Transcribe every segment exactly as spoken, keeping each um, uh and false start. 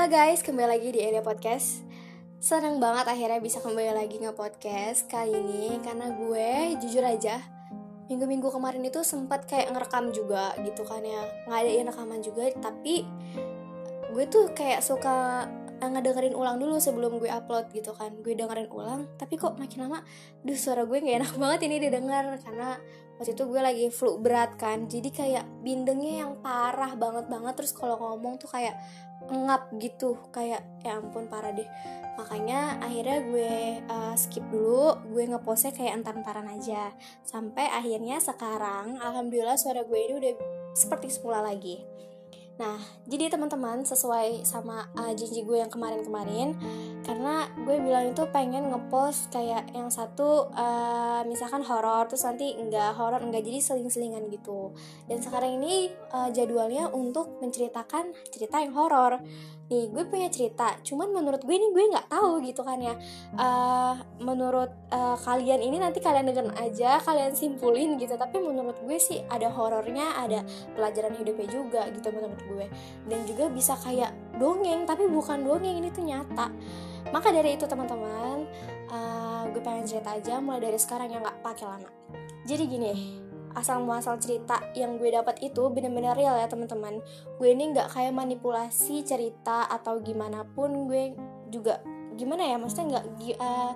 Halo guys, kembali lagi di Area Podcast. Senang banget akhirnya bisa kembali lagi nge-podcast kali ini. Karena gue jujur aja minggu-minggu kemarin itu sempat kayak ngerekam juga gitu kan ya, ngadain rekaman juga. Tapi gue tuh kayak suka ngedengerin ulang dulu sebelum gue upload gitu kan. Gue dengerin ulang, tapi kok makin lama duh suara gue gak enak banget ini didengar. Karena waktu itu gue lagi flu berat kan, jadi kayak bindengnya yang parah banget-banget. Terus kalau ngomong tuh kayak ngap gitu, kayak ya ampun parah deh. Makanya akhirnya gue uh, skip dulu, gue ngepostnya kayak entar-entaran aja. Sampai akhirnya sekarang alhamdulillah suara gue ini udah seperti semula lagi. Nah, jadi teman-teman, sesuai sama uh, janji gue yang kemarin-kemarin, karena gue bilang itu pengen ngepost kayak yang satu uh, misalkan horor, terus nanti enggak horor, enggak, jadi seling-selingan gitu. Dan sekarang ini uh, jadwalnya untuk menceritakan cerita yang horor. Nih, gue punya cerita, cuman menurut gue ini gue nggak tahu gitu kan ya. Uh, menurut uh, kalian ini nanti kalian dengerin aja, kalian simpulin gitu. Tapi menurut gue sih ada horornya, ada pelajaran hidupnya juga gitu menurut gue. Dan juga bisa kayak dongeng, tapi bukan dongeng, ini tuh nyata. Maka dari itu teman-teman, uh, gue pengen cerita aja mulai dari sekarang yang nggak pakai lama. Jadi gini, asal muasal cerita yang gue dapat itu benar-benar real ya teman-teman. Gue ini nggak kayak manipulasi cerita atau gimana pun, gue juga gimana ya, maksudnya nggak uh,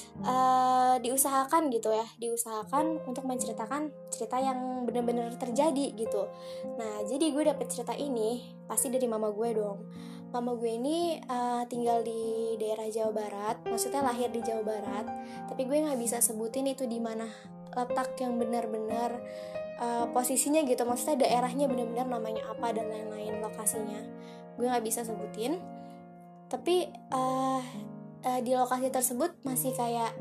uh, diusahakan gitu ya, diusahakan untuk menceritakan cerita yang benar-benar terjadi gitu. Nah, jadi gue dapet cerita ini pasti dari mama gue dong. Mama gue ini uh, tinggal di daerah Jawa Barat, maksudnya lahir di Jawa Barat, tapi gue nggak bisa sebutin itu di mana letak yang benar-benar uh, posisinya gitu, maksudnya daerahnya benar-benar namanya apa dan lain-lain lokasinya gue nggak bisa sebutin. Tapi uh, uh, di lokasi tersebut masih kayak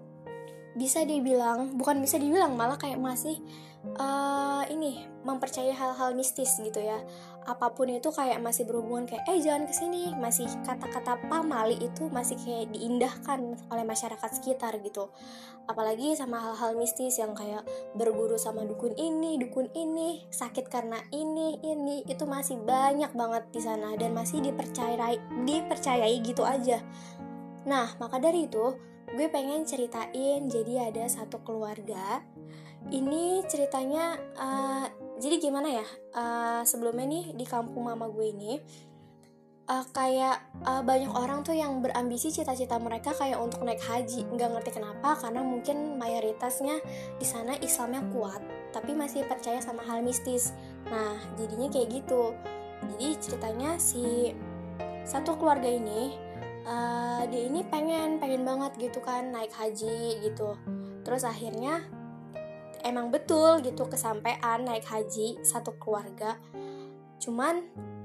bisa dibilang, bukan bisa dibilang, malah kayak masih uh, ini mempercayai hal-hal mistis gitu ya. Apapun itu kayak masih berhubungan kayak eh jangan kesini, masih kata-kata pamali itu masih kayak diindahkan oleh masyarakat sekitar gitu. Apalagi sama hal-hal mistis yang kayak berguru sama dukun ini, dukun ini, sakit karena ini, ini itu masih banyak banget di sana dan masih dipercayai, dipercayai gitu aja. Nah, maka dari itu gue pengen ceritain. Jadi ada satu keluarga. Ini ceritanya uh, jadi gimana ya, uh, sebelumnya nih di kampung mama gue ini uh, kayak uh, banyak orang tuh yang berambisi cita-cita mereka kayak untuk naik haji. Nggak ngerti kenapa, karena mungkin mayoritasnya di sana Islamnya kuat, tapi masih percaya sama hal mistis. Nah, jadinya kayak gitu. Jadi ceritanya si satu keluarga ini Uh, dia ini pengen, pengen banget gitu kan naik haji gitu. Terus akhirnya emang betul gitu kesampaian naik haji satu keluarga. Cuman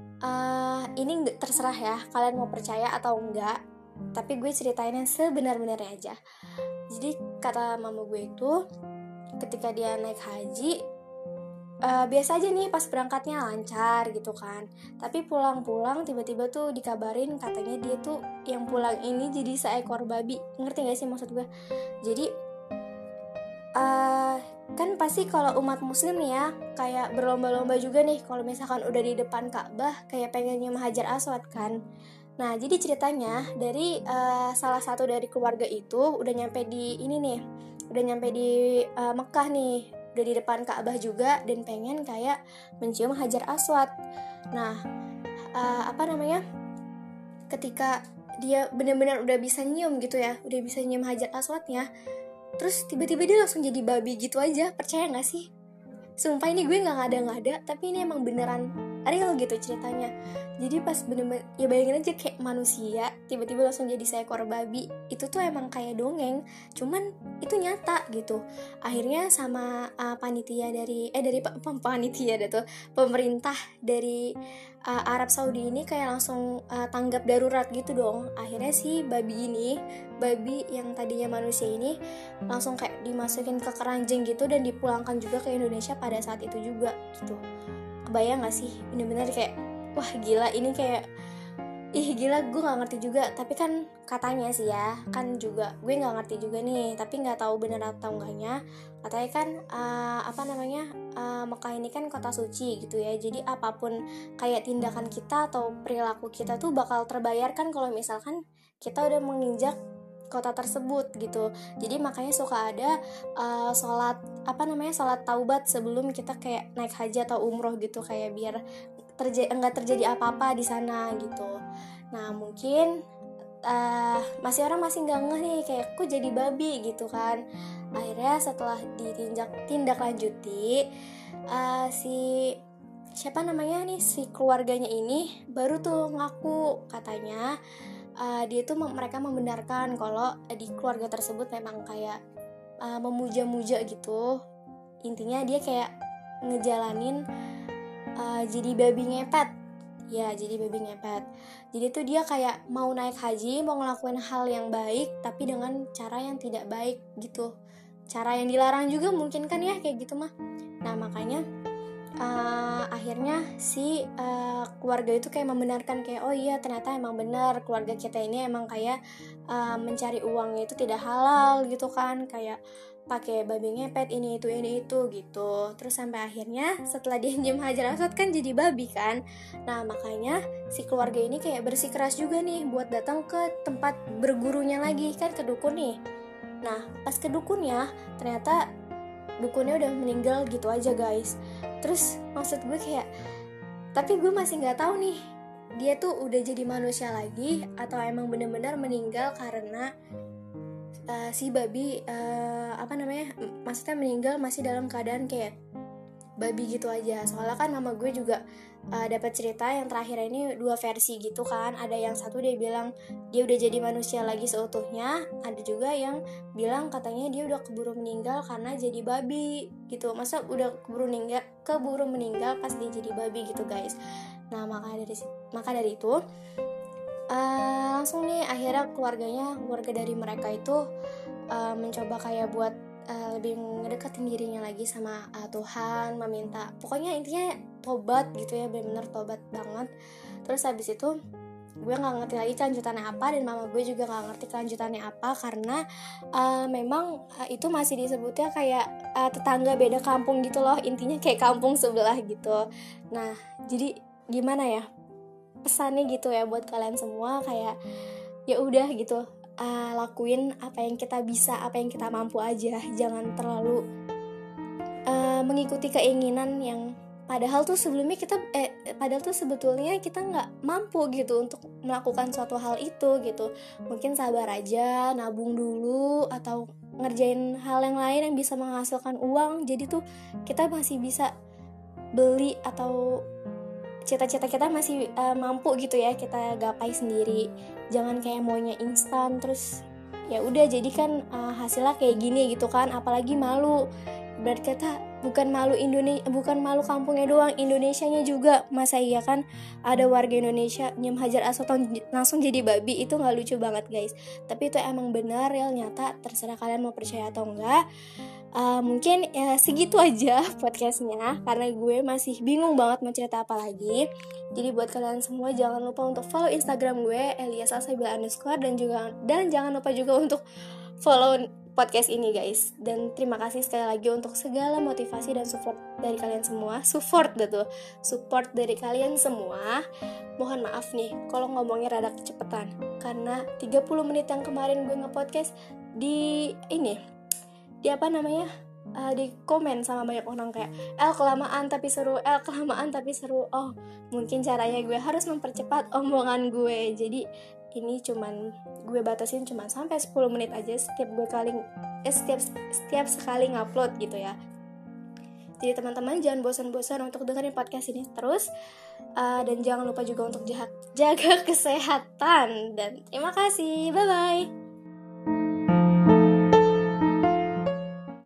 uh, ini terserah ya kalian mau percaya atau enggak, tapi gue ceritain yang sebenar-benarnya aja. Jadi kata mama gue itu ketika dia naik haji, Uh, biasa aja nih pas berangkatnya lancar gitu kan, tapi pulang-pulang tiba-tiba tuh dikabarin katanya dia tuh yang pulang ini jadi seekor babi. Ngerti gak sih maksud gue? Jadi uh, kan pasti kalau umat muslim nih ya kayak berlomba-lomba juga nih kalau misalkan udah di depan Ka'bah kayak pengen nyium Hajar Aswad kan. Nah, jadi ceritanya dari uh, salah satu dari keluarga itu udah nyampe di ini nih, udah nyampe di uh, Mekah nih, udah di depan Ka'bah juga dan pengen kayak mencium Hajar Aswad. Nah, uh, apa namanya? Ketika dia benar-benar udah bisa nyium gitu ya, udah bisa nyium Hajar Aswadnya, terus tiba-tiba dia langsung jadi babi gitu aja. Percaya nggak sih? Sumpah ini gue nggak ngada-ngada, tapi ini emang beneran real gitu ceritanya. Jadi pas bener-bener, ya bayangin aja kayak manusia tiba-tiba langsung jadi seekor babi. Itu tuh emang kayak dongeng, cuman itu nyata gitu. Akhirnya sama uh, panitia dari eh dari panitia ada tuh pemerintah dari uh, Arab Saudi ini kayak langsung uh, tanggap darurat gitu dong. Akhirnya si babi ini, babi yang tadinya manusia ini langsung kayak dimasukin ke keranjang gitu dan dipulangkan juga ke Indonesia pada saat itu juga gitu. Kebayang gak sih? Bener-bener kayak wah gila, ini kayak ih gila, gue nggak ngerti juga. Tapi kan katanya sih ya, kan juga gue nggak ngerti juga nih, tapi nggak tahu benar atau enggaknya. Katanya kan uh, apa namanya uh, Mekah ini kan kota suci gitu ya, jadi apapun kayak tindakan kita atau perilaku kita tuh bakal terbayarkan kalau misalkan kita udah menginjak kota tersebut gitu. Jadi makanya suka ada uh, sholat apa namanya sholat taubat sebelum kita kayak naik haji atau umroh gitu, kayak biar terjadi enggak terjadi apa-apa di sana gitu. Nah mungkin uh, masih orang masih nggak ngeh nih, kayak kok jadi babi gitu kan. Akhirnya setelah ditinjak tindak lanjuti, uh, si siapa namanya nih si keluarganya ini baru tuh ngaku, katanya uh, dia tuh mereka membenarkan kalau di keluarga tersebut memang kayak uh, memuja-muja gitu. Intinya dia kayak ngejalanin uh, jadi babi ngepet. Ya, jadi babi ngepet. Jadi tuh dia kayak mau naik haji, mau ngelakuin hal yang baik tapi dengan cara yang tidak baik gitu. Cara yang dilarang juga mungkin kan ya, kayak gitu mah. Nah, makanya uh, akhirnya si uh, keluarga itu kayak membenarkan kayak oh iya ternyata emang benar keluarga kita ini emang kayak uh, mencari uangnya itu tidak halal gitu kan, kayak pakai babi ngepet ini itu ini itu gitu. Terus sampai akhirnya setelah dia njem Hajar Aswad kan jadi babi kan. Nah makanya si keluarga ini kayak bersikeras juga nih buat datang ke tempat bergurunya lagi kan, ke dukun nih. Nah pas ke dukunnya ternyata dukunnya udah meninggal gitu aja guys. Terus maksud gue kayak, tapi gue masih nggak tahu nih dia tuh udah jadi manusia lagi atau emang benar-benar meninggal karena Uh, si babi uh, apa namanya maksudnya meninggal masih dalam keadaan kayak babi gitu aja. Soalnya kan mama gue juga uh, dapat cerita yang terakhir ini dua versi gitu kan. Ada yang satu dia bilang dia udah jadi manusia lagi seutuhnya, ada juga yang bilang katanya dia udah keburu meninggal karena jadi babi gitu. Masa udah keburu meninggal keburu meninggal pas dia jadi babi gitu guys. Nah maka dari maka dari itu Uh, langsung nih akhirnya keluarganya keluarga dari mereka itu uh, mencoba kayak buat uh, lebih ngedekatin dirinya lagi sama uh, Tuhan, meminta pokoknya intinya tobat gitu ya, benar-benar tobat banget. Terus habis itu gue nggak ngerti lagi kelanjutannya apa, dan mama gue juga nggak ngerti kelanjutannya apa karena uh, memang uh, itu masih disebutnya kayak uh, tetangga beda kampung gitu loh, intinya kayak kampung sebelah gitu. Nah jadi gimana ya pesannya gitu ya buat kalian semua, kayak ya udah gitu uh, lakuin apa yang kita bisa, apa yang kita mampu aja, jangan terlalu uh, mengikuti keinginan yang padahal tuh sebelumnya kita eh padahal tuh sebetulnya kita nggak mampu gitu untuk melakukan suatu hal itu gitu. Mungkin sabar aja, nabung dulu atau ngerjain hal yang lain yang bisa menghasilkan uang, jadi tuh kita masih bisa beli atau cita-cita kita masih uh, mampu gitu ya kita gapai sendiri. Jangan kayak maunya instan terus ya udah jadi kan uh, hasilnya kayak gini gitu kan, apalagi malu. Berarti kata bukan malu Indonesia, bukan malu kampungnya doang, Indonesianya juga. Masa iya kan ada warga Indonesia njem Hajar Aswad langsung jadi babi, itu nggak lucu banget guys. Tapi itu emang benar, real, nyata, terserah kalian mau percaya atau enggak. Uh, mungkin ya segitu aja podcastnya karena gue masih bingung banget mau cerita apa lagi. Jadi buat kalian semua jangan lupa untuk follow Instagram gue Elias Asabila underscore dan juga dan jangan lupa juga untuk follow podcast ini guys. Dan terima kasih sekali lagi untuk segala motivasi dan support dari kalian semua. Support betul, support dari kalian semua. Mohon maaf nih kalau ngomongnya rada kecepatan karena tiga puluh menit yang kemarin gue nge-podcast di ini di apa namanya uh, di komen sama banyak orang kayak El kelamaan tapi seru, El kelamaan tapi seru. Oh mungkin caranya gue harus mempercepat omongan gue, jadi ini cuman gue batasin cuman sampai sepuluh menit aja setiap gue kali eh, setiap setiap sekali ngupload gitu ya. Jadi teman-teman jangan bosan-bosan untuk dengerin podcast ini terus, uh, dan jangan lupa juga untuk jaga, jaga kesehatan. Dan terima kasih, bye bye.